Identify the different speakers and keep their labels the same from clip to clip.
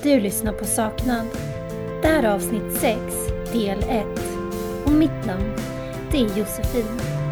Speaker 1: Du lyssnar på Saknad. Det här är avsnitt 6, del 1. Och mitt namn, det är Josefin.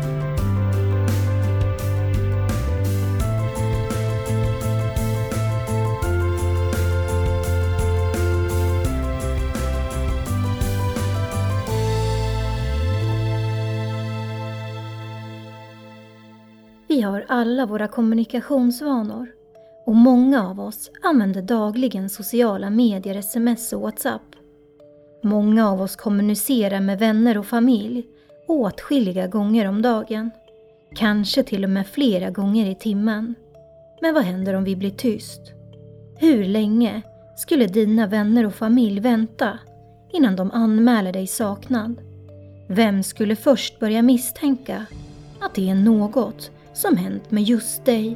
Speaker 1: Vi har alla våra kommunikationsvanor. Och många av oss använder dagligen sociala medier, sms och WhatsApp. Många av oss kommunicerar med vänner och familj åtskilliga gånger om dagen. Kanske till och med flera gånger i timmen. Men vad händer om vi blir tyst? Hur länge skulle dina vänner och familj vänta innan de anmäler dig saknad? Vem skulle först börja misstänka att det är något som hänt med just dig?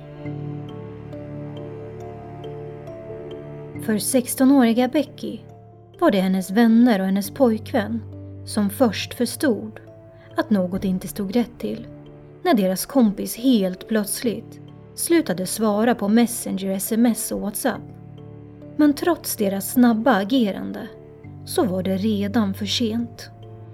Speaker 1: För 16-åriga Becky var det hennes vänner och hennes pojkvän som först förstod att något inte stod rätt till när deras kompis helt plötsligt slutade svara på Messenger, sms och WhatsApp. Men trots deras snabba agerande så var det redan för sent.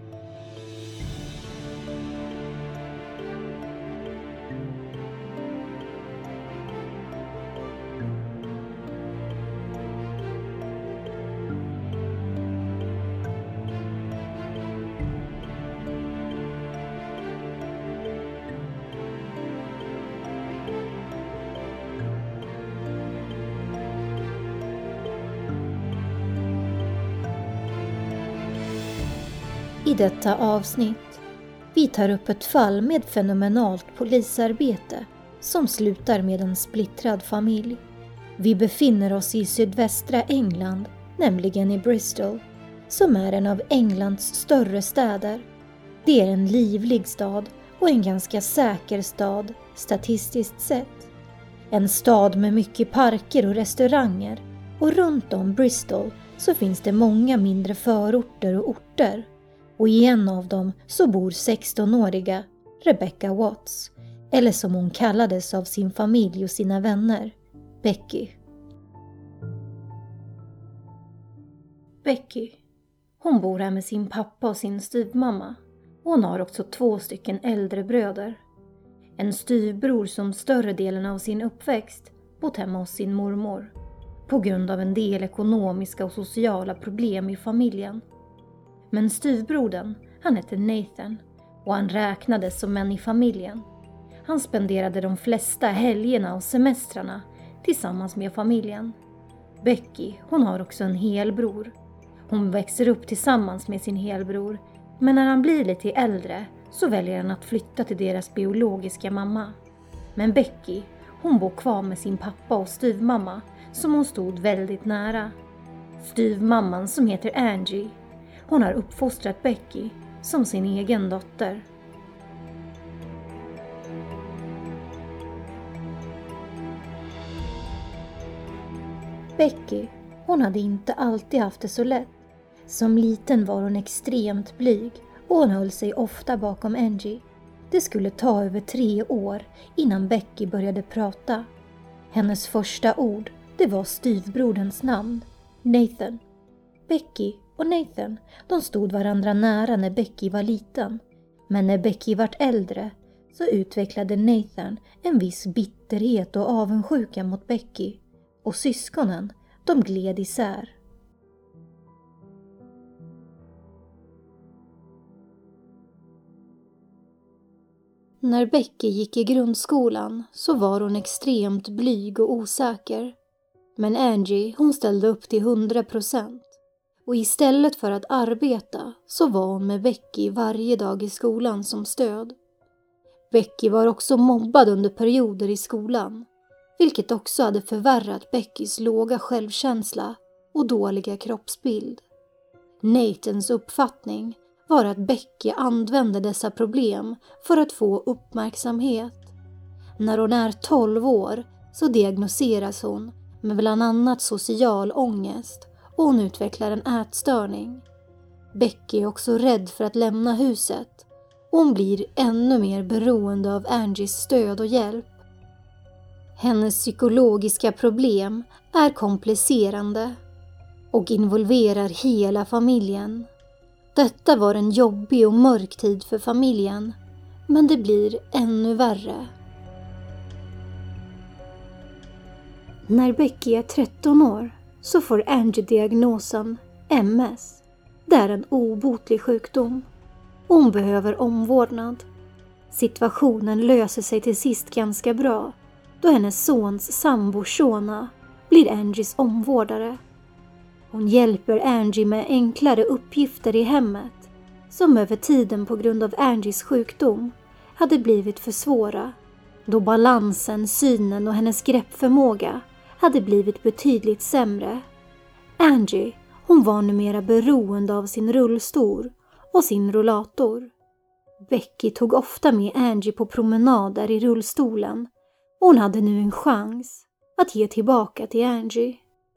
Speaker 1: I detta avsnitt vi tar upp ett fall med fenomenalt polisarbete som slutar med en splittrad familj. Vi befinner oss i sydvästra England, nämligen i Bristol, som är en av Englands större städer. Det är en livlig stad och en ganska säker stad statistiskt sett. En stad med mycket parker och restauranger, och runt om Bristol så finns det många mindre förorter och orter. Och i en av dem så bor 16-åriga Rebecca Watts, eller som hon kallades av sin familj och sina vänner, Becky. Becky, hon bor här med sin pappa och sin styvmamma. Hon har också 2 äldre bröder. En styvbror som större delen av sin uppväxt bott hemma hos sin mormor på grund av en del ekonomiska och sociala problem i familjen. Men styvbrodern, han hette Nathan och han räknades som en i familjen. Han spenderade de flesta helgerna och semestrarna tillsammans med familjen. Becky, hon har också en helbror. Hon växer upp tillsammans med sin helbror, men när han blir lite äldre så väljer han att flytta till deras biologiska mamma. Men Becky, hon bor kvar med sin pappa och styvmamma som hon stod väldigt nära. Styvmamman som heter Angie, hon har uppfostrat Becky som sin egen dotter. Becky, hon hade inte alltid haft det så lätt. Som liten var hon extremt blyg och hon höll sig ofta bakom Angie. Det skulle ta över 3 år innan Becky började prata. Hennes första ord, det var styvbroderns namn, Nathan. Becky och Nathan, de stod varandra nära när Becky var liten. Men när Becky vart äldre så utvecklade Nathan en viss bitterhet och avundsjuka mot Becky. Och syskonen, de gled isär. När Becky gick i grundskolan så var hon extremt blyg och osäker. Men Angie, hon ställde upp till 100%. Och istället för att arbeta så var hon med Becky varje dag i skolan som stöd. Becky var också mobbad under perioder i skolan, vilket också hade förvärrat Beckys låga självkänsla och dåliga kroppsbild. Nathans uppfattning var att Becky använde dessa problem för att få uppmärksamhet. När hon är 12 år så diagnoseras hon med bland annat social ångest och hon utvecklar en ätstörning. Becky är också rädd för att lämna huset och hon blir ännu mer beroende av Angies stöd och hjälp. Hennes psykologiska problem är komplicerande. och involverar hela familjen. Detta var en jobbig och mörk tid för familjen, men det blir ännu värre. När Becky är 13 år så får Angie diagnosen MS. Det är en obotlig sjukdom. Hon behöver omvårdnad. Situationen löser sig till sist ganska bra då hennes sons sambo Shona blir Angies omvårdare. Hon hjälper Angie med enklare uppgifter i hemmet som över tiden på grund av Angies sjukdom hade blivit för svåra, då balansen, synen och hennes greppförmåga hade blivit betydligt sämre. Angie, hon var numera beroende av sin rullstol och sin rollator. Becky tog ofta med Angie på promenader i rullstolen och hon hade nu en chans att ge tillbaka till Angie.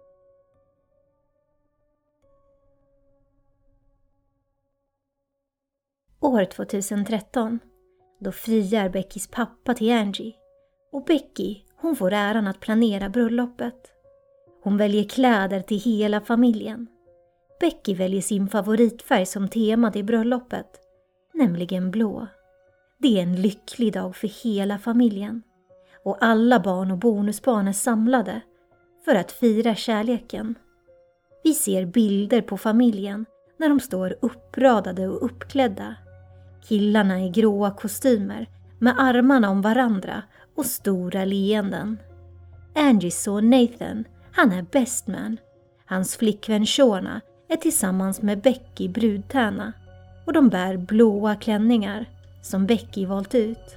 Speaker 1: År 2013, då friar Beckys pappa till Angie och Becky, hon får äran att planera bröllopet. Hon väljer kläder till hela familjen. Becky väljer sin favoritfärg som tema till bröllopet, nämligen blå. Det är en lycklig dag för hela familjen och alla barn och bonusbarn är samlade för att fira kärleken. Vi ser bilder på familjen när de står uppradade och uppklädda. Killarna i gråa kostymer med armarna om varandra och stora leenden. Angies son Nathan, han är best man. Hans flickvän Shona är tillsammans med Becky brudtärna och de bär blåa klänningar som Becky valt ut.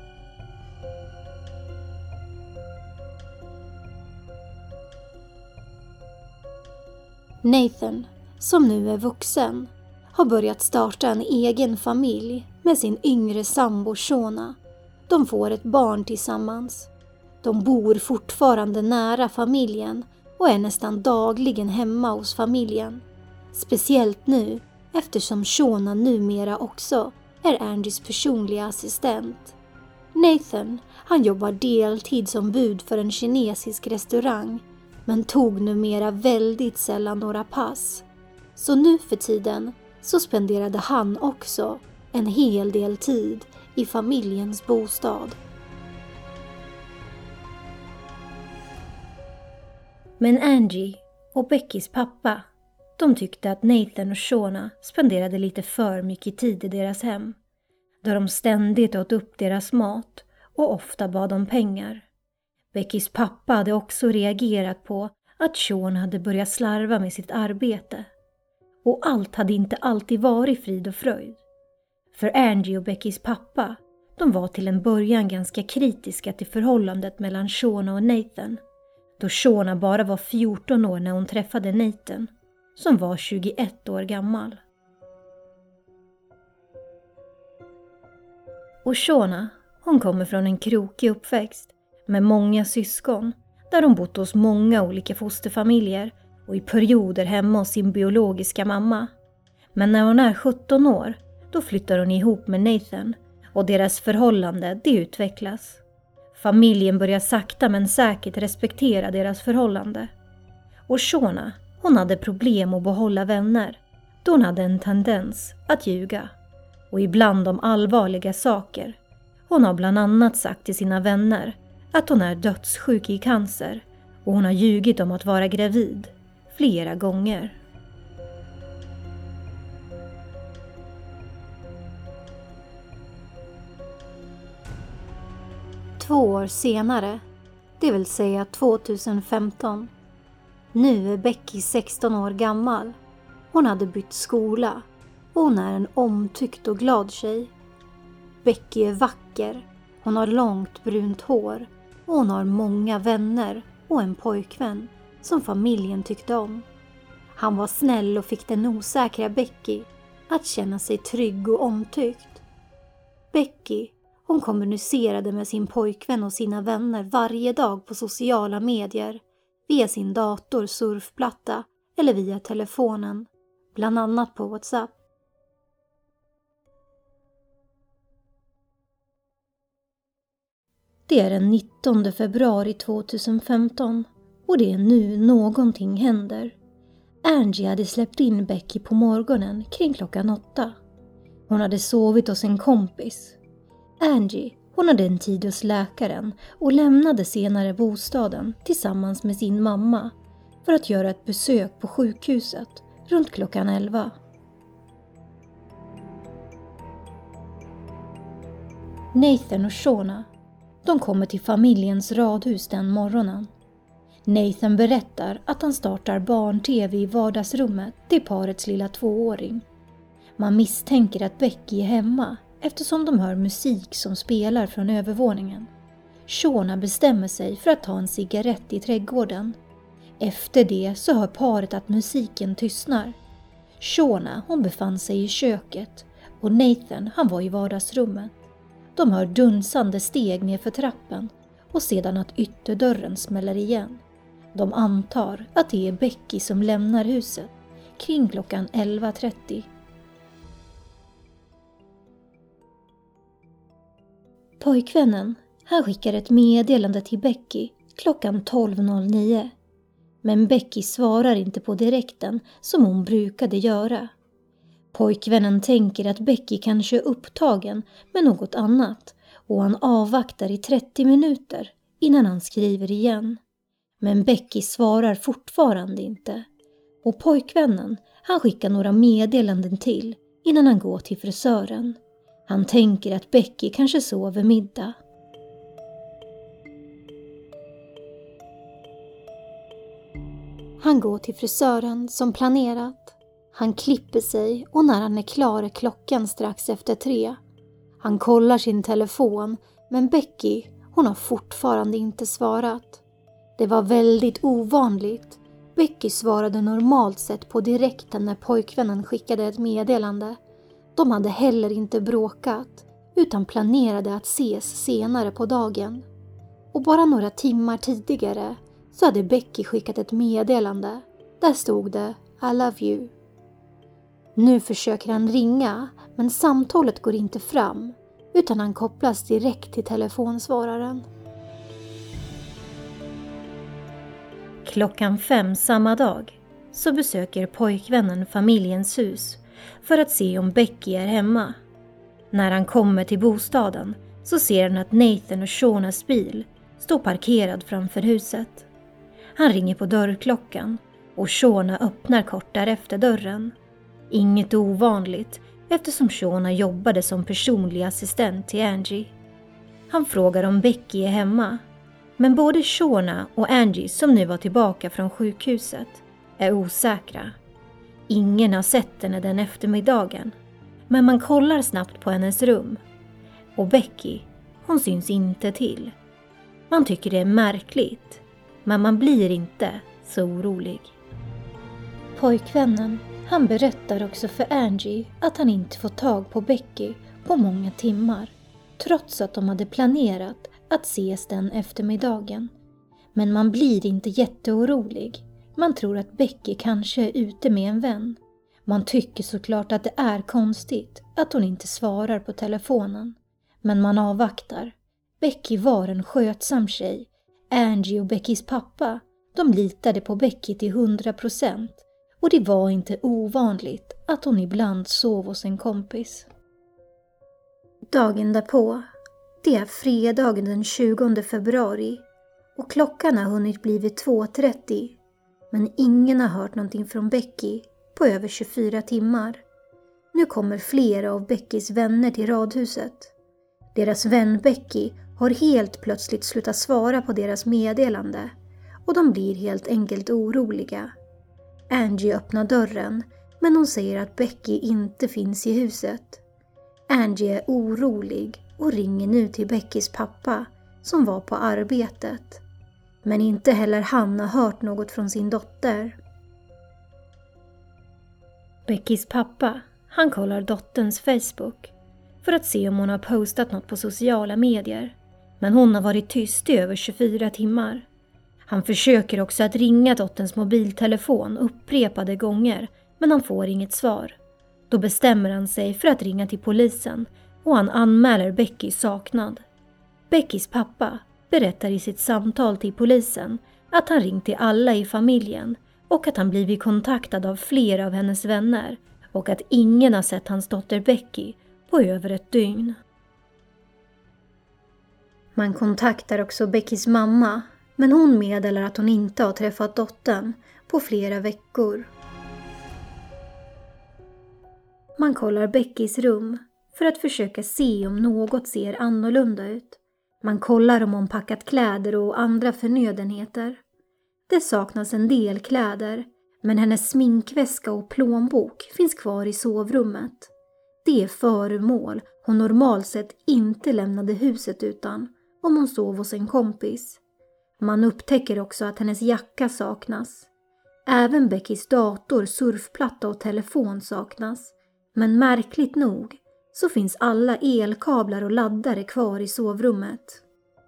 Speaker 1: Nathan, som nu är vuxen, har börjat starta en egen familj med sin yngre sambo Shona. De får ett barn tillsammans. De bor fortfarande nära familjen och är nästan dagligen hemma hos familjen. Speciellt nu eftersom Shona numera också är Angies personliga assistent. Nathan, han jobbar deltid som bud för en kinesisk restaurang men tog numera väldigt sällan några pass. Så nu för tiden så spenderade han också en hel del tid i familjens bostad. Men Angie och Beckys pappa, de tyckte att Nathan och Shona spenderade lite för mycket tid i deras hem, där de ständigt åt upp deras mat och ofta bad om pengar. Beckys pappa hade också reagerat på att Shona hade börjat slarva med sitt arbete. Och allt hade inte alltid varit frid och fröjd. För Angie och Beckys pappa, de var till en början ganska kritiska till förhållandet mellan Shona och Nathan. Då Shona bara var 14 år när hon träffade Nathan, som var 21 år gammal. Och Shona, hon kommer från en krokig uppväxt med många syskon, där hon bott hos många olika fosterfamiljer och i perioder hemma hos sin biologiska mamma. Men när hon är 17 år, då flyttar hon ihop med Nathan och deras förhållande, det utvecklas. Familjen börjar sakta men säkert respektera deras förhållande. Och Shona, hon hade problem att behålla vänner, då hon hade en tendens att ljuga. Och ibland om allvarliga saker. Hon har bland annat sagt till sina vänner att hon är dödssjuk i cancer och hon har ljugit om att vara gravid flera gånger. Två år senare, det vill säga 2015. Nu är Becky 16 år gammal. Hon hade bytt skola och hon är en omtyckt och glad tjej. Becky är vacker, hon har långt brunt hår och hon har många vänner och en pojkvän som familjen tyckte om. Han var snäll och fick den osäkra Becky att känna sig trygg och omtyckt. Becky, hon kommunicerade med sin pojkvän och sina vänner varje dag på sociala medier, via sin dator, surfplatta eller via telefonen, bland annat på WhatsApp. Det är den 19 februari 2015 och det är nu någonting händer. Angie hade släppt in Becky på morgonen kring klockan 8. Hon hade sovit hos en kompis. Angie, hon hade en tid hos läkaren och lämnade senare bostaden tillsammans med sin mamma för att göra ett besök på sjukhuset runt klockan 11. Nathan och Shauna, de kommer till familjens radhus den morgonen. Nathan berättar att han startar barn-tv i vardagsrummet till parets lilla 2-åring. Man misstänker att Becky är hemma eftersom de hör musik som spelar från övervåningen. Shauna bestämmer sig för att ta en cigarett i trädgården. Efter det så hör paret att musiken tystnar. Shauna, hon befann sig i köket och Nathan, han var i vardagsrummet. De hör dunsande steg nerför trappen och sedan att ytterdörren smäller igen. De antar att det är Becky som lämnar huset kring klockan 11:30. Pojkvännen, han skickar ett meddelande till Becky klockan 12:09. Men Becky svarar inte på direkten som hon brukade göra. Pojkvännen tänker att Becky kanske är upptagen med något annat och han avvaktar i 30 minuter innan han skriver igen. Men Becky svarar fortfarande inte. Och pojkvännen, han skickar några meddelanden till innan han går till frisören. Han tänker att Becky kanske sover middag. Han går till frisören som planerat. Han klipper sig och när han är klar är klockan strax efter 3. Han kollar sin telefon men Becky, hon har fortfarande inte svarat. Det var väldigt ovanligt. Becky svarade normalt sett på direkten när pojkvännen skickade ett meddelande. De hade heller inte bråkat utan planerade att ses senare på dagen. Och bara några timmar tidigare så hade Becky skickat ett meddelande. Där stod det I love you. Nu försöker han ringa men samtalet går inte fram utan han kopplas direkt till telefonsvararen. Klockan 5 samma dag så besöker pojkvännen familjens hus för att se om Becky är hemma. När han kommer till bostaden så ser han att Nathan och Shaunas bil står parkerad framför huset. Han ringer på dörrklockan och Shauna öppnar kort därefter dörren. Inget ovanligt eftersom Shauna jobbade som personlig assistent till Angie. Han frågar om Becky är hemma. Men både Shauna och Angie som nu var tillbaka från sjukhuset är osäkra. Ingen har sett henne den eftermiddagen. Men man kollar snabbt på hennes rum. Och Becky, hon syns inte till. Man tycker det är märkligt. Men man blir inte så orolig. Pojkvännen, han berättar också för Angie att han inte fått tag på Becky på många timmar. Trots att de hade planerat att ses den eftermiddagen. Men man blir inte jätteorolig. Man tror att Becky kanske är ute med en vän. Man tycker såklart att det är konstigt att hon inte svarar på telefonen. Men man avvaktar. Becky var en skötsam tjej. Angie och Beckys pappa, de litade på Becky till 100%. Och det var inte ovanligt att hon ibland sov hos en kompis. Dagen därpå, det är fredagen den 20 februari och klockan har hunnit blivit 2:30. Men ingen har hört någonting från Becky på över 24 timmar. Nu kommer flera av Beckys vänner till radhuset. Deras vän Becky har helt plötsligt slutat svara på deras meddelande och de blir helt enkelt oroliga. Angie öppnar dörren men hon säger att Becky inte finns i huset. Angie är orolig och ringer nu till Beckys pappa som var på arbetet. Men inte heller han har hört något från sin dotter. Beckys pappa, han kollar dotterns Facebook för att se om hon har postat något på sociala medier. Men hon har varit tyst i över 24 timmar. Han försöker också att ringa dotterns mobiltelefon upprepade gånger men han får inget svar. Då bestämmer han sig för att ringa till polisen och han anmäler Becky saknad. Beckys pappa berättar i sitt samtal till polisen att han ringt till alla i familjen och att han blivit kontaktad av flera av hennes vänner och att ingen har sett hans dotter Becky på över ett dygn. Man kontaktar också Beckys mamma, men hon meddelar att hon inte har träffat dottern på flera veckor. Man kollar Beckys rum för att försöka se om något ser annorlunda ut. Man kollar om hon packat kläder och andra förnödenheter. Det saknas en del kläder, men hennes sminkväska och plånbok finns kvar i sovrummet. Det är föremål hon normalt sett inte lämnade huset utan om hon sov hos en kompis. Man upptäcker också att hennes jacka saknas. Även Beckys dator, surfplatta och telefon saknas. Men märkligt nog så finns alla elkablar och laddare kvar i sovrummet.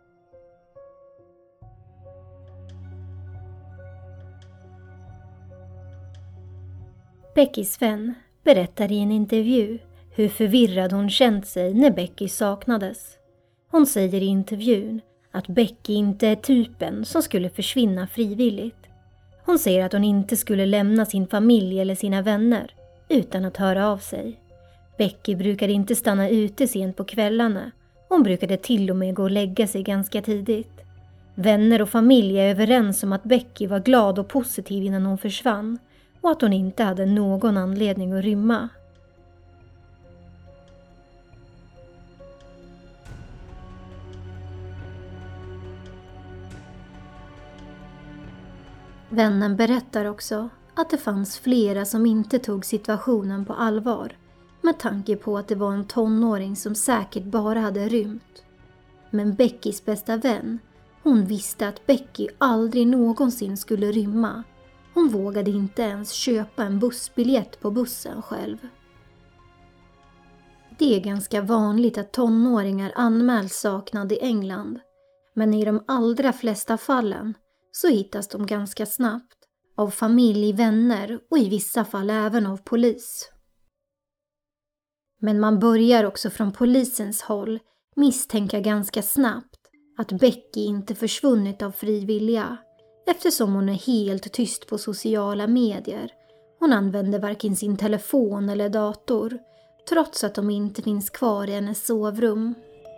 Speaker 1: Beckys vän berättar i en intervju hur förvirrad hon känt sig när Becky saknades. Hon säger i intervjun att Becky inte är typen som skulle försvinna frivilligt. Hon säger att hon inte skulle lämna sin familj eller sina vänner utan att höra av sig. Becky brukade inte stanna ute sent på kvällarna. Hon brukade till och med gå och lägga sig ganska tidigt. Vänner och familj är överens om att Becky var glad och positiv innan hon försvann och att hon inte hade någon anledning att rymma. Vännen berättar också att det fanns flera som inte tog situationen på allvar med tanke på att det var en tonåring som säkert bara hade rymt. Men Beckys bästa vän, hon visste att Becky aldrig någonsin skulle rymma. Hon vågade inte ens köpa en bussbiljett på bussen själv. Det är ganska vanligt att tonåringar anmäls saknade i England, men i de allra flesta fallen så hittas de ganska snabbt av familj, vänner och i vissa fall även av polis. Men man börjar också från polisens håll misstänka ganska snabbt att Becky inte försvunnit av fri vilja, eftersom hon är helt tyst på sociala medier. Hon använder varken sin telefon eller dator, trots att de inte finns kvar i hennes sovrum.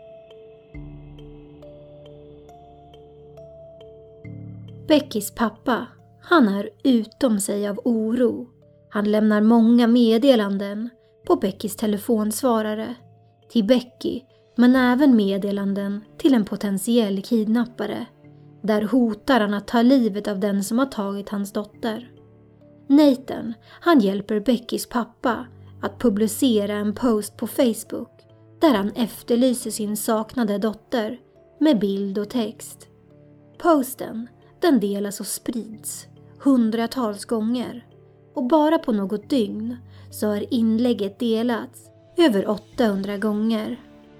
Speaker 1: Beckys pappa, han är utom sig av oro. Han lämnar många meddelanden på Beckys telefonsvarare till Becky, men även meddelanden till en potentiell kidnappare. Där hotar han att ta livet av den som har tagit hans dotter. Nathan, han hjälper Beckys pappa att publicera en post på Facebook där han efterlyser sin saknade dotter med bild och text. Posten, den delas och sprids hundratals gånger och bara på något dygn så har inlägget delats över 800 gånger.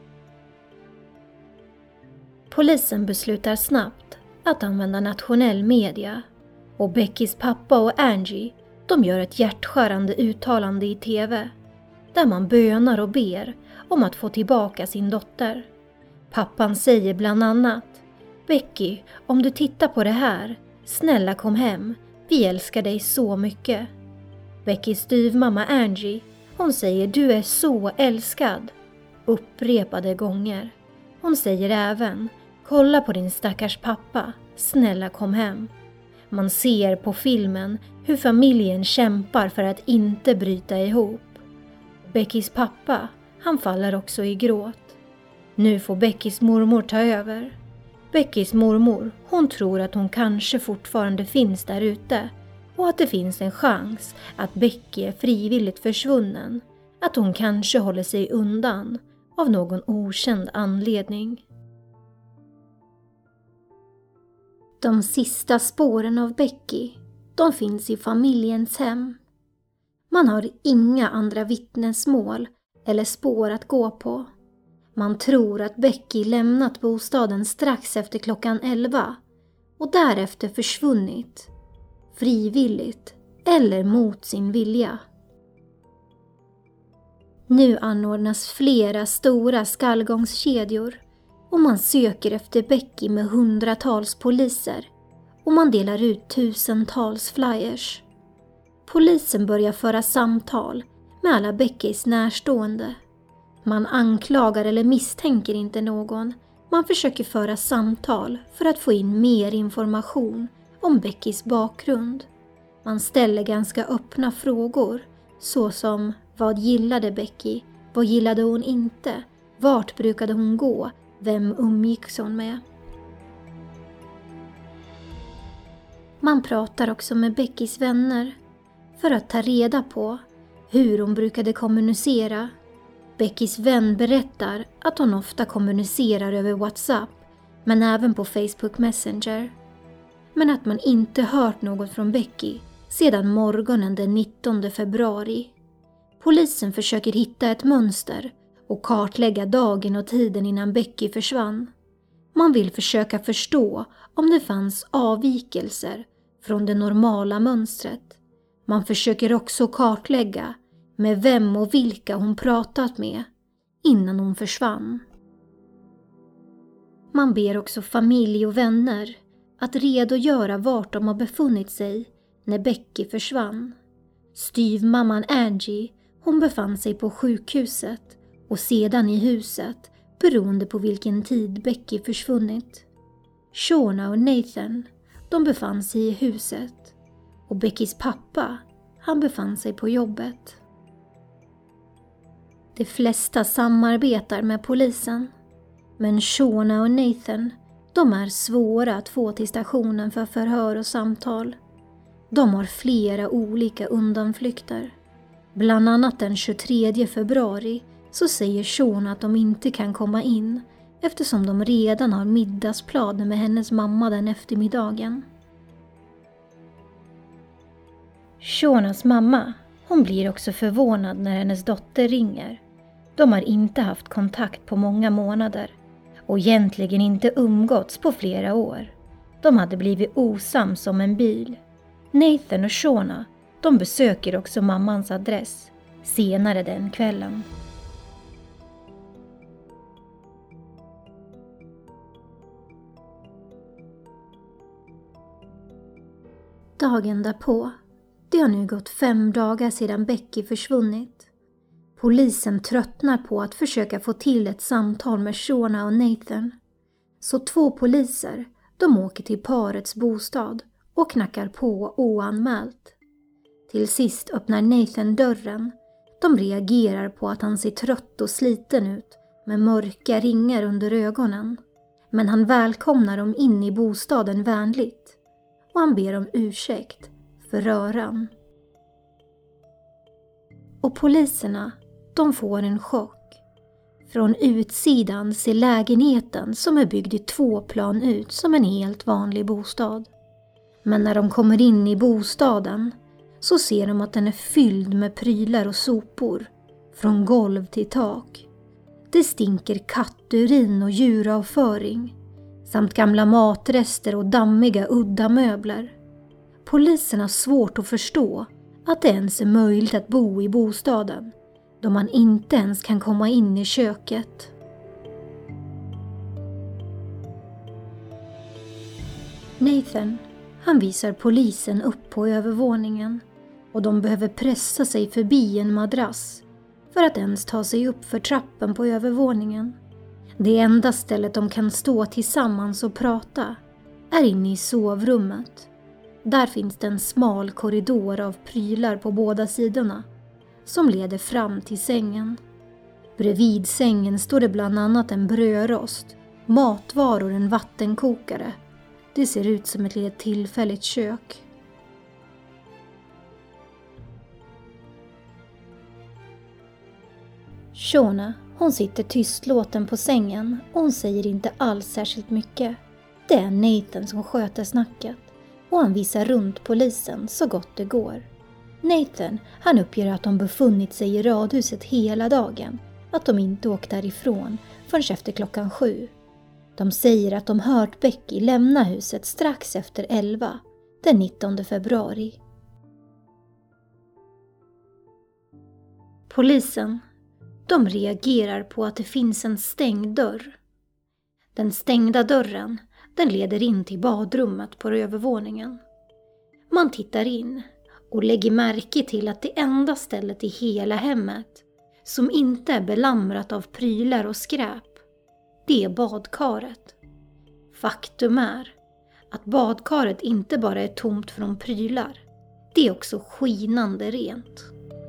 Speaker 1: Polisen beslutar snabbt att använda nationell media och Beckys pappa och Angie, de gör ett hjärtskärande uttalande i TV där man bönar och ber om att få tillbaka sin dotter. Pappan säger bland annat: Becky, om du tittar på det här, snälla kom hem, vi älskar dig så mycket. Beckys styvmamma Angie, hon säger du är så älskad, upprepade gånger. Hon säger även: kolla på din stackars pappa, snälla kom hem. Man ser på filmen hur familjen kämpar för att inte bryta ihop. Beckys pappa, han faller också i gråt. Nu får Beckys mormor ta över. Beckys mormor, hon tror att hon kanske fortfarande finns där ute och att det finns en chans att Becky är frivilligt försvunnen, att hon kanske håller sig undan av någon okänd anledning. De sista spåren av Becky, de finns i familjens hem. Man har inga andra vittnesmål eller spår att gå på. Man tror att Becky lämnat bostaden strax efter klockan 11 och därefter försvunnit, frivilligt eller mot sin vilja. Nu anordnas flera stora skallgångskedjor och man söker efter Becky med hundratals poliser och man delar ut tusentals flyers. Polisen börjar föra samtal med alla Beckys närstående. Man anklagar eller misstänker inte någon. Man försöker föra samtal för att få in mer information om Beckys bakgrund. Man ställer ganska öppna frågor, såsom vad gillade Becky, vad gillade hon inte, vart brukade hon gå, vem umgicks hon med. Man pratar också med Beckys vänner för att ta reda på hur hon brukade kommunicera. Beckys vän berättar att hon ofta kommunicerar över WhatsApp, men även på Facebook Messenger. Men att man inte hört något från Becky sedan morgonen den 19 februari. Polisen försöker hitta ett mönster och kartlägga dagen och tiden innan Becky försvann. Man vill försöka förstå om det fanns avvikelser från det normala mönstret. Man försöker också kartlägga med vem och vilka hon pratat med innan hon försvann. Man ber också familj och vänner att redogöra vart de har befunnit sig när Becky försvann. Styvmamman Angie, hon befann sig på sjukhuset och sedan i huset beroende på vilken tid Becky försvunnit. Shauna och Nathan, de befann sig i huset och Beckys pappa, han befann sig på jobbet. De flesta samarbetar med polisen, men Shauna och Nathan, de är svåra att få till stationen för förhör och samtal. De har flera olika undanflykter. Bland annat den 23 februari så säger Shauna att de inte kan komma in eftersom de redan har middagsplaner med hennes mamma den eftermiddagen. Shaunas mamma, hon blir också förvånad när hennes dotter ringer. De har inte haft kontakt på många månader och egentligen inte umgåtts på flera år. De hade blivit osams om en bil. Nathan och Shauna, de besöker också mammans adress senare den kvällen. Dagen därpå, det har nu gått 5 dagar sedan Becky försvunnit. Polisen tröttnar på att försöka få till ett samtal med Shauna och Nathan. Så 2 poliser, de åker till parets bostad och knackar på oanmält. Till sist öppnar Nathan dörren. De reagerar på att han ser trött och sliten ut med mörka ringar under ögonen. Men han välkomnar dem in i bostaden vänligt och han ber om ursäkt för röran. Och poliserna, de får en chock. Från utsidan ser lägenheten som är byggd i 2 plan ut som en helt vanlig bostad. Men när de kommer in i bostaden så ser de att den är fylld med prylar och sopor från golv till tak. Det stinker katturin och djuravföring samt gamla matrester och dammiga udda möbler. Polisen har svårt att förstå att det ens är möjligt att bo i bostaden då man inte ens kan komma in i köket. Nathan, han visar polisen upp på övervåningen och de behöver pressa sig förbi en madrass för att ens ta sig upp för trappen på övervåningen. Det enda stället de kan stå tillsammans och prata är inne i sovrummet. Där finns det en smal korridor av prylar på båda sidorna som leder fram till sängen. Bredvid sängen står det bland annat en brödrost, matvaror och en vattenkokare. Det ser ut som ett litet tillfälligt kök. Shauna, hon sitter tystlåten på sängen och hon säger inte alls särskilt mycket. Det är Nathan som sköter snacket och han visar runt polisen så gott det går. Nathan, han uppger att de befunnit sig i radhuset hela dagen, att de inte åkt därifrån förrän efter klockan 7. De säger att de hört Becky lämna huset strax efter 11, den 19 februari. Polisen, de reagerar på att det finns en stängd dörr. Den stängda dörren, den leder in till badrummet på övervåningen. Man tittar in och lägger märke till att det enda stället i hela hemmet som inte är belamrat av prylar och skräp, det är badkaret. Faktum är att badkaret inte bara är tomt från prylar, det är också skinande rent.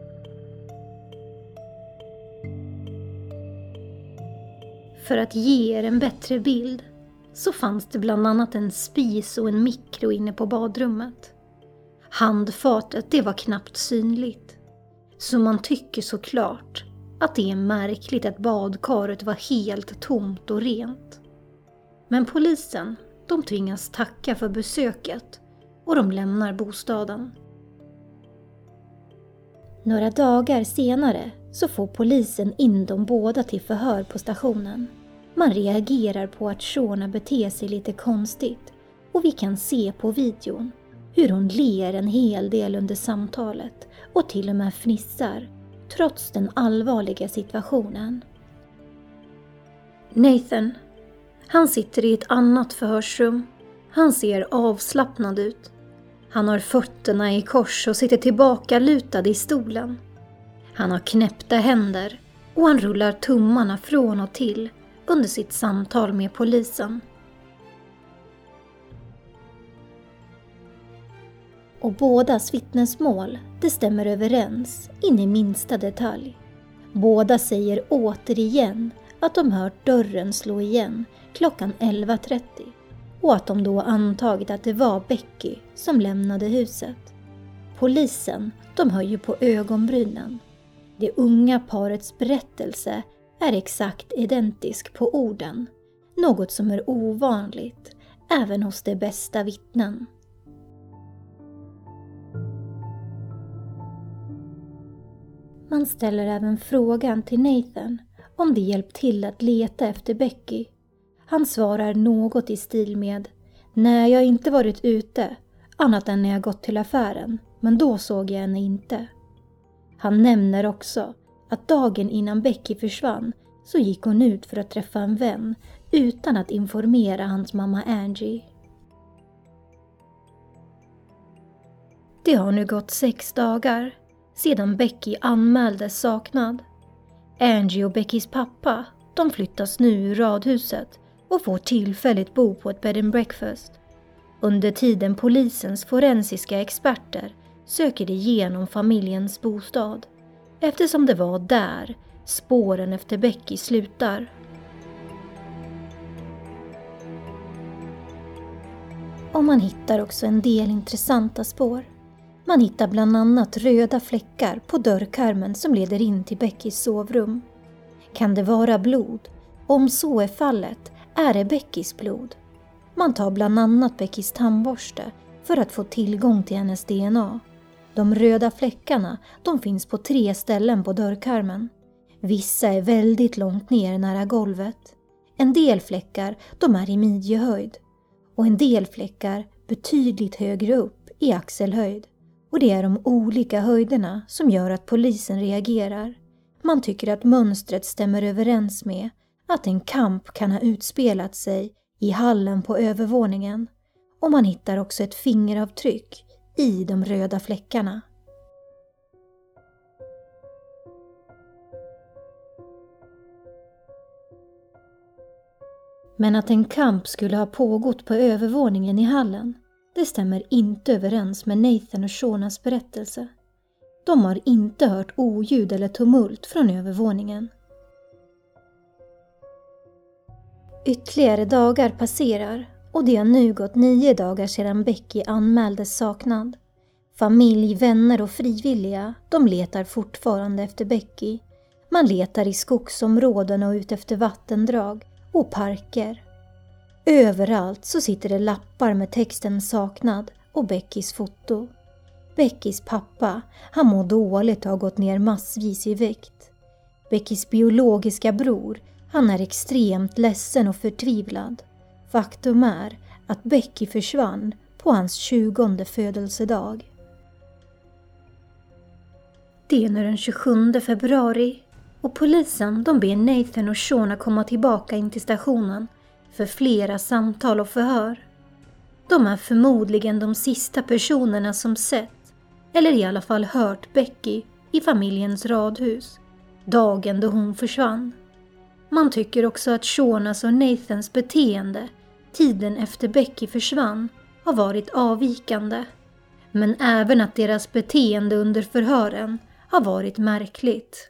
Speaker 1: För att ge er en bättre bild så fanns det bland annat en spis och en mikro inne på badrummet. Handfatet, det var knappt synligt. Så man tycker såklart att det är märkligt att badkaret var helt tomt och rent. Men polisen, de tvingas tacka för besöket och de lämnar bostaden. Några dagar senare så får polisen in de båda till förhör på stationen. Man reagerar på att Shona beter sig lite konstigt och vi kan se på videon hur hon ler en hel del under samtalet och till och med fnissar trots den allvarliga situationen. Nathan, han sitter i ett annat förhörsrum. Han ser avslappnad ut. Han har fötterna i kors och sitter tillbaka lutad i stolen. Han har knäppta händer och han rullar tummarna från och till under sitt samtal med polisen. Och bådas vittnesmål, det stämmer överens in i minsta detalj. Båda säger återigen att de hört dörren slå igen klockan 11:30 och att de då antagit att det var Becky som lämnade huset. Polisen, de höjer på ögonbrynen. Det unga parets berättelse är exakt identisk på orden, något som är ovanligt även hos de bästa vittnen. Man ställer även frågan till Nathan om det hjälpt till att leta efter Becky. Han svarar något i stil med: nej, jag har inte varit ute, annat än när jag gått till affären, men då såg jag henne inte. Han nämner också att dagen innan Becky försvann så gick hon ut för att träffa en vän utan att informera hans mamma Angie. Det har nu gått 6 dagar sedan Becky anmäldes saknad. Angie och Beckys pappa, de flyttas nu ur radhuset och får tillfälligt bo på ett bed and breakfast. Under tiden polisens forensiska experter söker igenom familjens bostad, eftersom det var där spåren efter Becky slutar. Och man hittar också en del intressanta spår. Man hittar bland annat röda fläckar på dörrkarmen som leder in till Beckys sovrum. Kan det vara blod? Om så är fallet, är det Beckys blod? Man tar bland annat Beckys tandborste för att få tillgång till hennes DNA. De röda fläckarna, de finns på 3 ställen på dörrkarmen. Vissa är väldigt långt ner nära golvet. En del fläckar, de är i midjehöjd. Och en del fläckar betydligt högre upp i axelhöjd. Och det är de olika höjderna som gör att polisen reagerar. Man tycker att mönstret stämmer överens med att en kamp kan ha utspelat sig i hallen på övervåningen. Och man hittar också ett fingeravtryck i de röda fläckarna. Men att en kamp skulle ha pågått på övervåningen i hallen, det stämmer inte överens med Nathan och Shonas berättelse. De har inte hört oljud eller tumult från övervåningen. Ytterligare dagar passerar och det har nu gått 9 dagar sedan Becky anmäldes saknad. Familj, vänner och frivilliga, de letar fortfarande efter Becky. Man letar i skogsområden och ut efter vattendrag och parker. Överallt så sitter det lappar med texten saknad och Beckys foto. Beckys pappa, han mår dåligt och har gått ner massvis i vikt. Beckys biologiska bror, han är extremt ledsen och förtvivlad. Faktum är att Becky försvann på hans 20:e födelsedag. Det är nu den 27 februari och polisen, de ber Nathan och Shona komma tillbaka in till stationen för flera samtal och förhör. De är förmodligen de sista personerna som sett, eller i alla fall hört Becky i familjens radhus, dagen då hon försvann. Man tycker också att Shaunas och Nathans beteende tiden efter Becky försvann har varit avvikande. Men även att deras beteende under förhören har varit märkligt.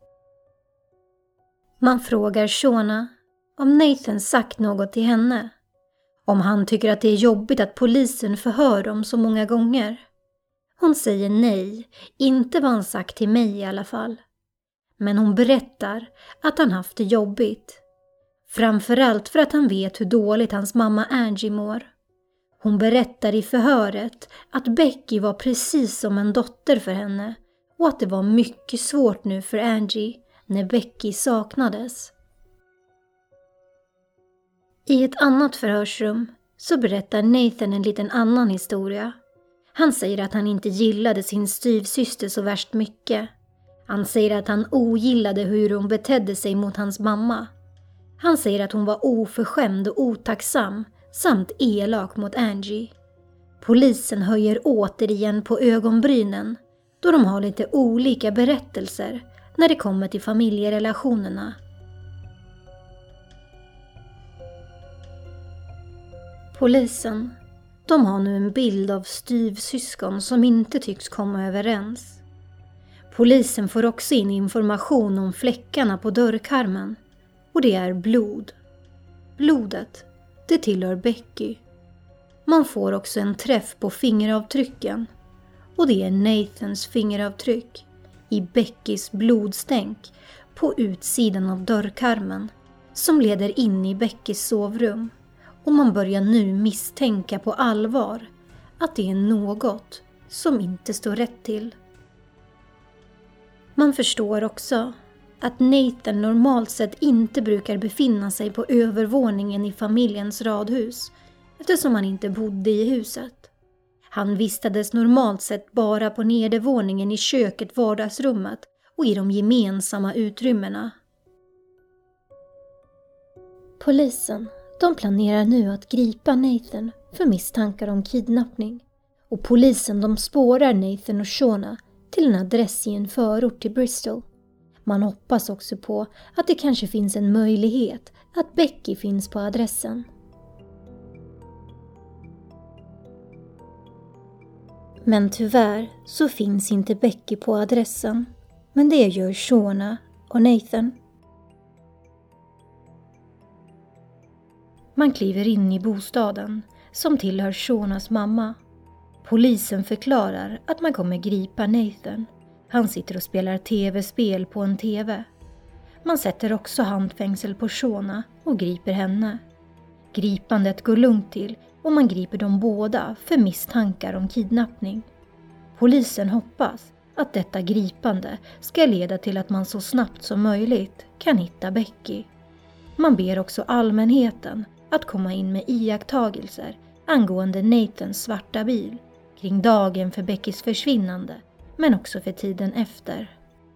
Speaker 1: Man frågar Shauna om Nathan sagt något till henne. Om han tycker att det är jobbigt att polisen förhör dem så många gånger. Hon säger nej, inte vad han sagt till mig i alla fall. Men hon berättar att han haft det jobbigt. Framförallt för att han vet hur dåligt hans mamma Angie mår. Hon berättar i förhöret att Becky var precis som en dotter för henne och att det var mycket svårt nu för Angie när Becky saknades. I ett annat förhörsrum så berättar Nathan en liten annan historia. Han säger att han inte gillade sin styvsyster så värst mycket. Han säger att han ogillade hur hon betedde sig mot hans mamma. Han säger att hon var oförskämd och otacksam samt elak mot Angie. Polisen höjer återigen på ögonbrynen då de har lite olika berättelser när det kommer till familjerelationerna. Polisen, de har nu en bild av styvsyskon som inte tycks komma överens. Polisen får också in information om fläckarna på dörrkarmen och det är blod. Blodet, det tillhör Becky. Man får också en träff på fingeravtrycken och det är Nathans fingeravtryck i Beckys blodstänk på utsidan av dörrkarmen som leder in i Beckys sovrum. Och man börjar nu misstänka på allvar att det är något som inte står rätt till. Man förstår också att Nathan normalt sett inte brukar befinna sig på övervåningen i familjens radhus eftersom han inte bodde i huset. Han vistades normalt sett bara på nedervåningen i köket, vardagsrummet och i de gemensamma utrymmena. Polisen, de planerar nu att gripa Nathan för misstankar om kidnappning. Och polisen, de spårar Nathan och Shauna till en adress i en förort till Bristol. Man hoppas också på att det kanske finns en möjlighet att Becky finns på adressen. Men tyvärr så finns inte Becky på adressen. Men det gör Shauna och Nathan. Man kliver in i bostaden som tillhör Shaunas mamma. Polisen förklarar att man kommer gripa Nathan. Han sitter och spelar tv-spel på en tv. Man sätter också handfängsel på Shauna och griper henne. Gripandet går lugnt till och man griper dem båda för misstankar om kidnappning. Polisen hoppas att detta gripande ska leda till att man så snabbt som möjligt kan hitta Becky. Man ber också allmänheten att komma in med iakttagelser angående Nathans svarta bil kring dagen för Beckys försvinnande, men också för tiden efter.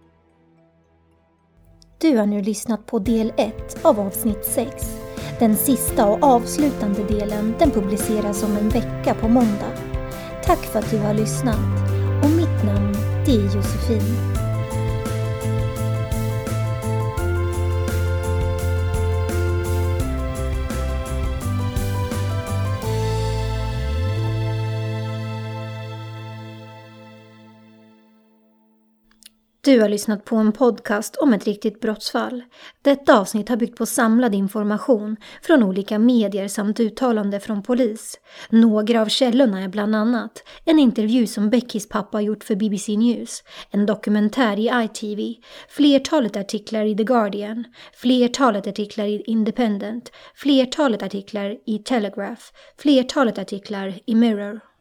Speaker 1: Du har nu lyssnat på del 1 av avsnitt 6. Den sista och avslutande delen, den publiceras om en vecka på måndag. Tack för att du har lyssnat och mitt namn, det är Josefin. Du har lyssnat på en podcast om ett riktigt brottsfall. Detta avsnitt har byggt på samlad information från olika medier samt uttalande från polis. Några av källorna är bland annat en intervju som Beckys pappa gjort för BBC News, en dokumentär i ITV, flertalet artiklar i The Guardian, flertalet artiklar i Independent, flertalet artiklar i Telegraph, flertalet artiklar i Mirror.